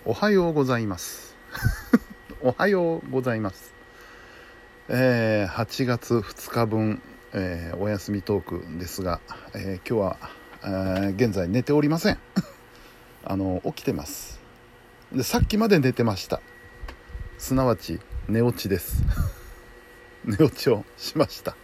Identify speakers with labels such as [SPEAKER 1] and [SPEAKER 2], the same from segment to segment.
[SPEAKER 1] おはようございますおはようございます。8月2日分、お休みトークですが、今日は、現在寝ておりません起きてます。で、さっきまで寝てました。すなわち寝落ちです寝落ちをしました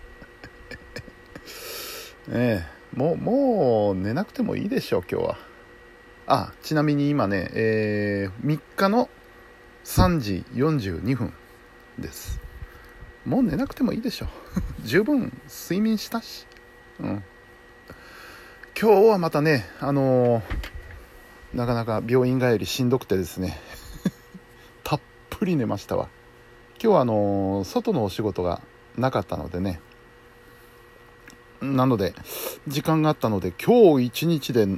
[SPEAKER 1] もう寝なくてもいいでしょう今日は。ちなみに今ね、3日の3時42分です。もう寝なくてもいいでしょ十分睡眠したし、今日はまたね、なかなか病院帰りしんどくてですねたっぷり寝ましたわ。今日は外のお仕事がなかったのでね、なので時間があったので今日一日で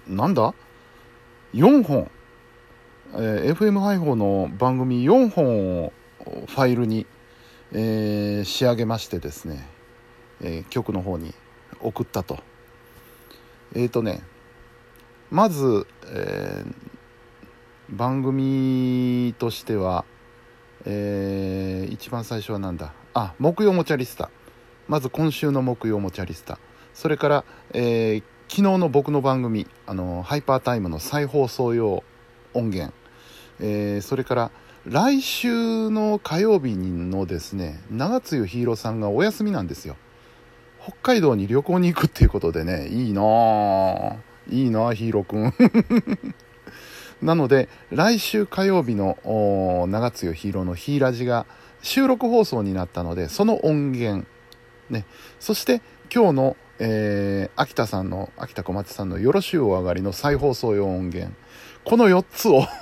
[SPEAKER 1] 4本、FM 配報の番組4本をファイルに、仕上げましてですね、局の方に送ったと。まず、番組としては、一番最初は木曜もちゃリスタ。まず今週の木曜もちゃリスタ。それから、昨日の僕の番組ハイパータイムの再放送用音源、それから来週の火曜日のですね、長津ヒーローさんがお休みなんですよ。北海道に旅行に行くっていうことでね、いいなぁヒーローくんなので来週火曜日の長津ヒーローのヒーラジが収録放送になったので、その音源ね、そして今日の、秋田小松さんのよろしゅうお上がりの再放送用音源、この4つを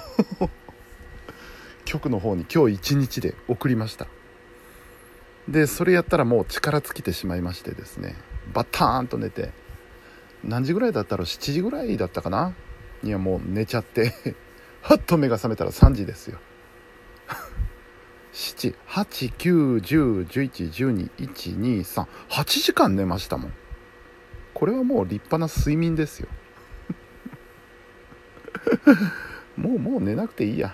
[SPEAKER 1] 局の方に今日一日で送りました。でそれやったらもう力尽きてしまいましてですね、バターンと寝て、何時ぐらいだったろう、7時ぐらいだったかな、いやもう寝ちゃってはっと目が覚めたら3時ですよ7、8、9、10、11、12、1、2、3、8時間寝ましたもん。これはもう立派な睡眠ですよもう寝なくていいや。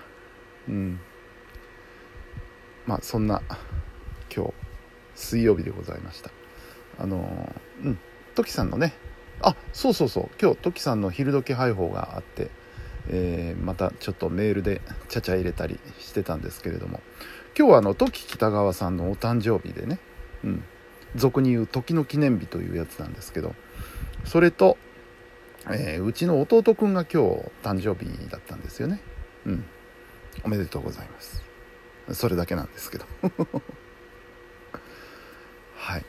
[SPEAKER 1] そんな今日水曜日でございました。トキさんのね、そう今日トキさんの昼時配報があって、またちょっとメールでちゃちゃ入れたりしてたんですけれども、今日はトキ北川さんのお誕生日でね、俗に言う時の記念日というやつなんですけど、それと、うちの弟くんが今日誕生日だったんですよね。おめでとうございます。それだけなんですけどはい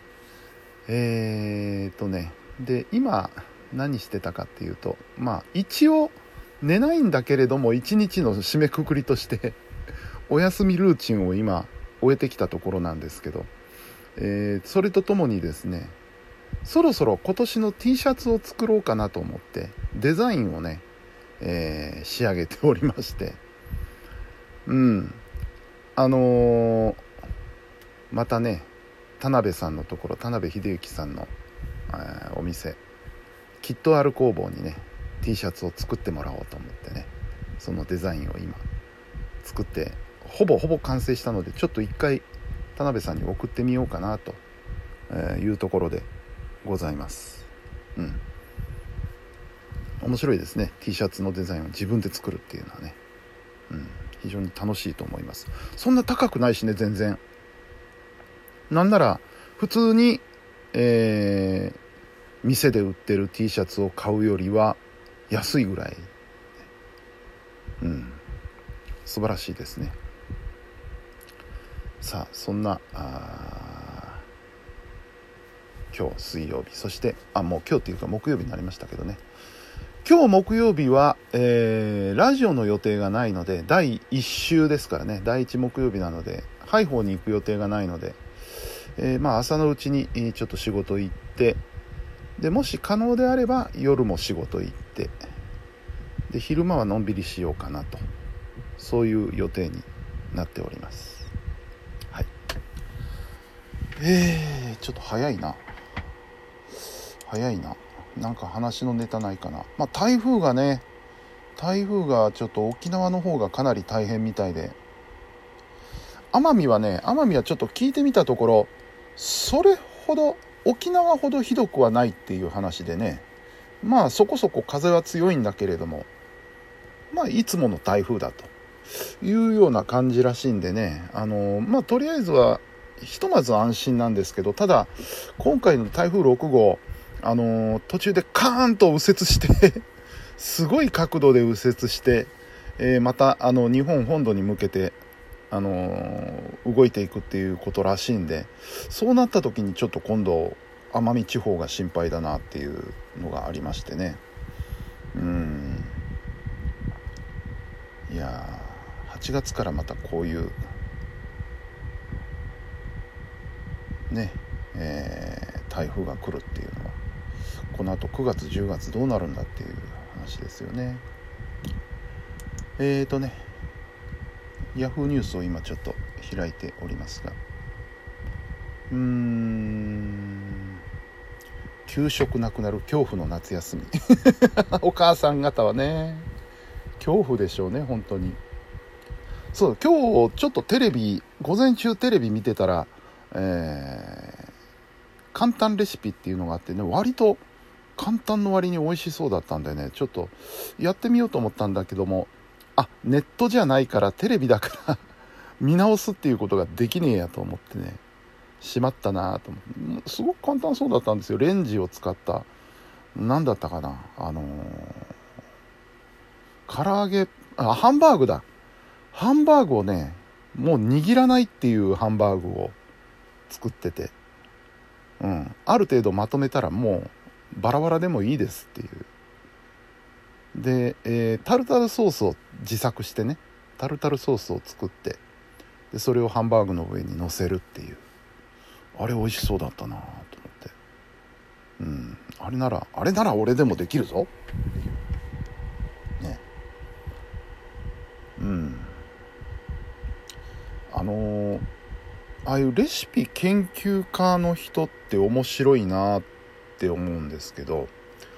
[SPEAKER 1] で今何してたかっていうと、一応寝ないんだけれども一日の締めくくりとしてお休みルーチンを今終えてきたところなんですけど、それとともにですね、そろそろ今年の T シャツを作ろうかなと思ってデザインをね、仕上げておりまして、またね、田辺秀幸さんの、お店きっとある工房にね T シャツを作ってもらおうと思ってね、そのデザインを今作ってほぼ完成したので、ちょっと一回田辺さんに送ってみようかなというところでございます。面白いですね。 T シャツのデザインを自分で作るっていうのはね、非常に楽しいと思います。そんな高くないしね、全然。なんなら普通に、店で売ってる T シャツを買うよりは安いぐらい、素晴らしいですね。さあそんな今日水曜日、そしてもう今日っていうか木曜日になりましたけどね、今日木曜日は、ラジオの予定がないので、第1週ですからね、第1木曜日なのでハイホーに行く予定がないので、朝のうちにちょっと仕事行って、でもし可能であれば夜も仕事行って、で昼間はのんびりしようかなと、そういう予定になっております。はい。ちょっと早いな。なんか話のネタないかな。台風がね台風がちょっと沖縄の方がかなり大変みたいで、奄美はちょっと聞いてみたところ、それほど沖縄ほどひどくはないっていう話でね、まあそこそこ風は強いんだけれども、まあいつもの台風だというような感じらしいんでね、まあとりあえずはひとまず安心なんですけど、ただ今回の台風6号、途中でカーンと右折してすごい角度で右折して、また日本本土に向けて動いていくっていうことらしいんで、そうなった時にちょっと今度奄美地方が心配だなっていうのがありましてね。いや8月からまたこういうね、台風が来るっていうのは、このあと9月10月どうなるんだっていう話ですよね。ヤフーニュースを今ちょっと開いておりますが、給食なくなる恐怖の夏休みお母さん方はね恐怖でしょうね、本当に。そう、今日ちょっと午前中テレビ見てたら、簡単レシピっていうのがあってね、割と簡単の割に美味しそうだったんでね、ちょっとやってみようと思ったんだけども、ネットじゃないからテレビだから見直すっていうことができねえやと思ってね、しまったなと思って。すごく簡単そうだったんですよ。レンジを使った何だったかな、唐揚げ、ハンバーグだ。ハンバーグをね、もう握らないっていうハンバーグを作ってて、ある程度まとめたらもうバラバラでもいいですっていう。で、タルタルソースを自作してね、タルタルソースを作って、でそれをハンバーグの上に乗せるっていう。あれ美味しそうだったなと思って、あれなら俺でもできるぞっていうね。ああいうレシピ研究家の人って面白いなって思うんですけど、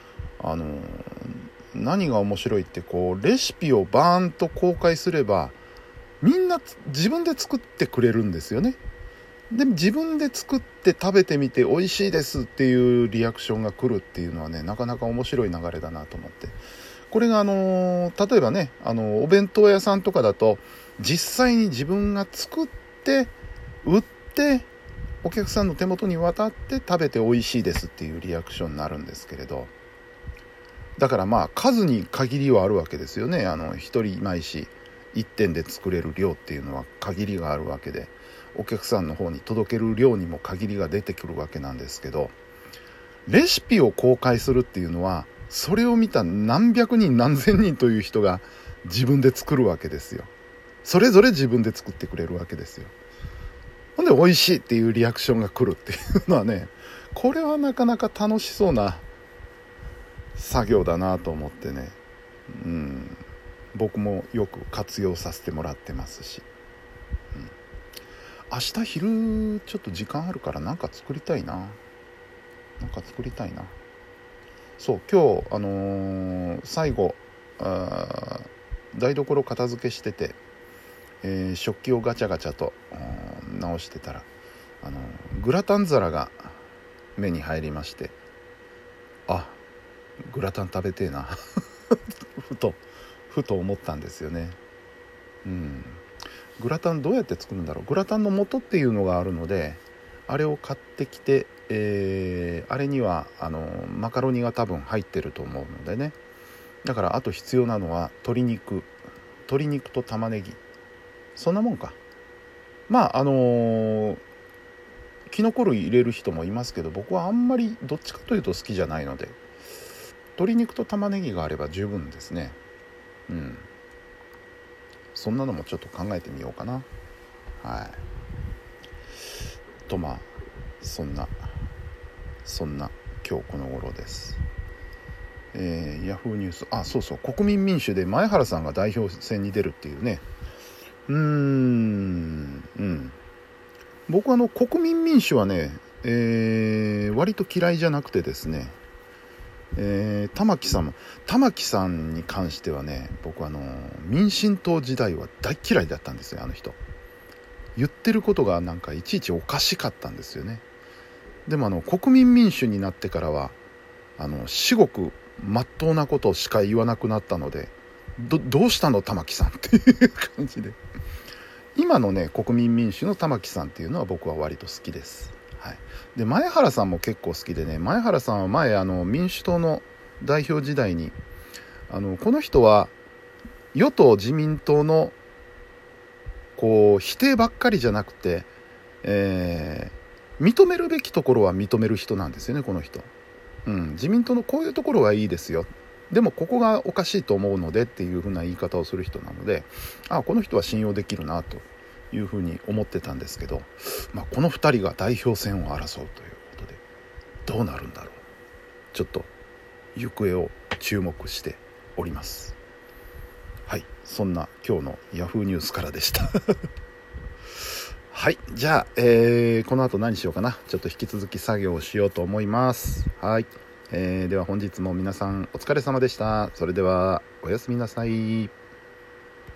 [SPEAKER 1] 何が面白いって、こうレシピをバーンと公開すればみんな自分で作ってくれるんですよね。で自分で作って食べてみて美味しいですっていうリアクションが来るっていうのはね、なかなか面白い流れだなと思って。これが例えばね、お弁当屋さんとかだと実際に自分が作って売ってお客さんの手元に渡って食べて美味しいですっていうリアクションになるんですけれど、だからまあ数に限りはあるわけですよね。一人ないし一店で作れる量っていうのは限りがあるわけで、お客さんの方に届ける量にも限りが出てくるわけなんですけど、レシピを公開するっていうのはそれを見た何百人何千人という人が自分で作るわけですよ。それぞれ自分で作ってくれるわけですよ。ほんで美味しいっていうリアクションが来るっていうのはね、これはなかなか楽しそうな作業だなと思ってね、僕もよく活用させてもらってますし、明日昼ちょっと時間あるからなんか作りたいな。そう今日最後台所片付けしてて、食器をガチャガチャと直してたらグラタン皿が目に入りまして、グラタン食べてえなふと思ったんですよね。グラタンどうやって作るんだろう。グラタンの素っていうのがあるので、あれを買ってきて、あれにはマカロニが多分入ってると思うのでね。だからあと必要なのは鶏肉と玉ねぎ、そんなもんか。まあキノコ類入れる人もいますけど、僕はあんまりどっちかというと好きじゃないので、鶏肉と玉ねぎがあれば十分ですね。そんなのもちょっと考えてみようかな。とまあそんな今日この頃です。ヤフーニュース、そうそう、国民民主で前原さんが代表選に出るっていうね。僕は国民民主はね、割と嫌いじゃなくてですね、 玉木さんに関してはね、僕民進党時代は大嫌いだったんですよ。あの人言ってることがなんかいちいちおかしかったんですよね。でも国民民主になってからは至極まっとうなことしか言わなくなったので、どうしたの玉木さんっていう感じで、今のね国民民主の玉木さんっていうのは僕は割と好きです。はい、で前原さんも結構好きでね、前原さんは前民主党の代表時代にこの人は与党自民党のこう否定ばっかりじゃなくて、認めるべきところは認める人なんですよね、この人。自民党のこういうところはいいですよ、でもここがおかしいと思うのでっていう風な言い方をする人なので、この人は信用できるなという風に思ってたんですけど、この2人が代表選を争うということでどうなるんだろう、ちょっと行方を注目しております。はい、そんな今日のヤフーニュースからでしたはい、じゃあ、この後何しようかな。ちょっと引き続き作業をしようと思います。はい、では本日も皆さんお疲れ様でした。それではおやすみなさい。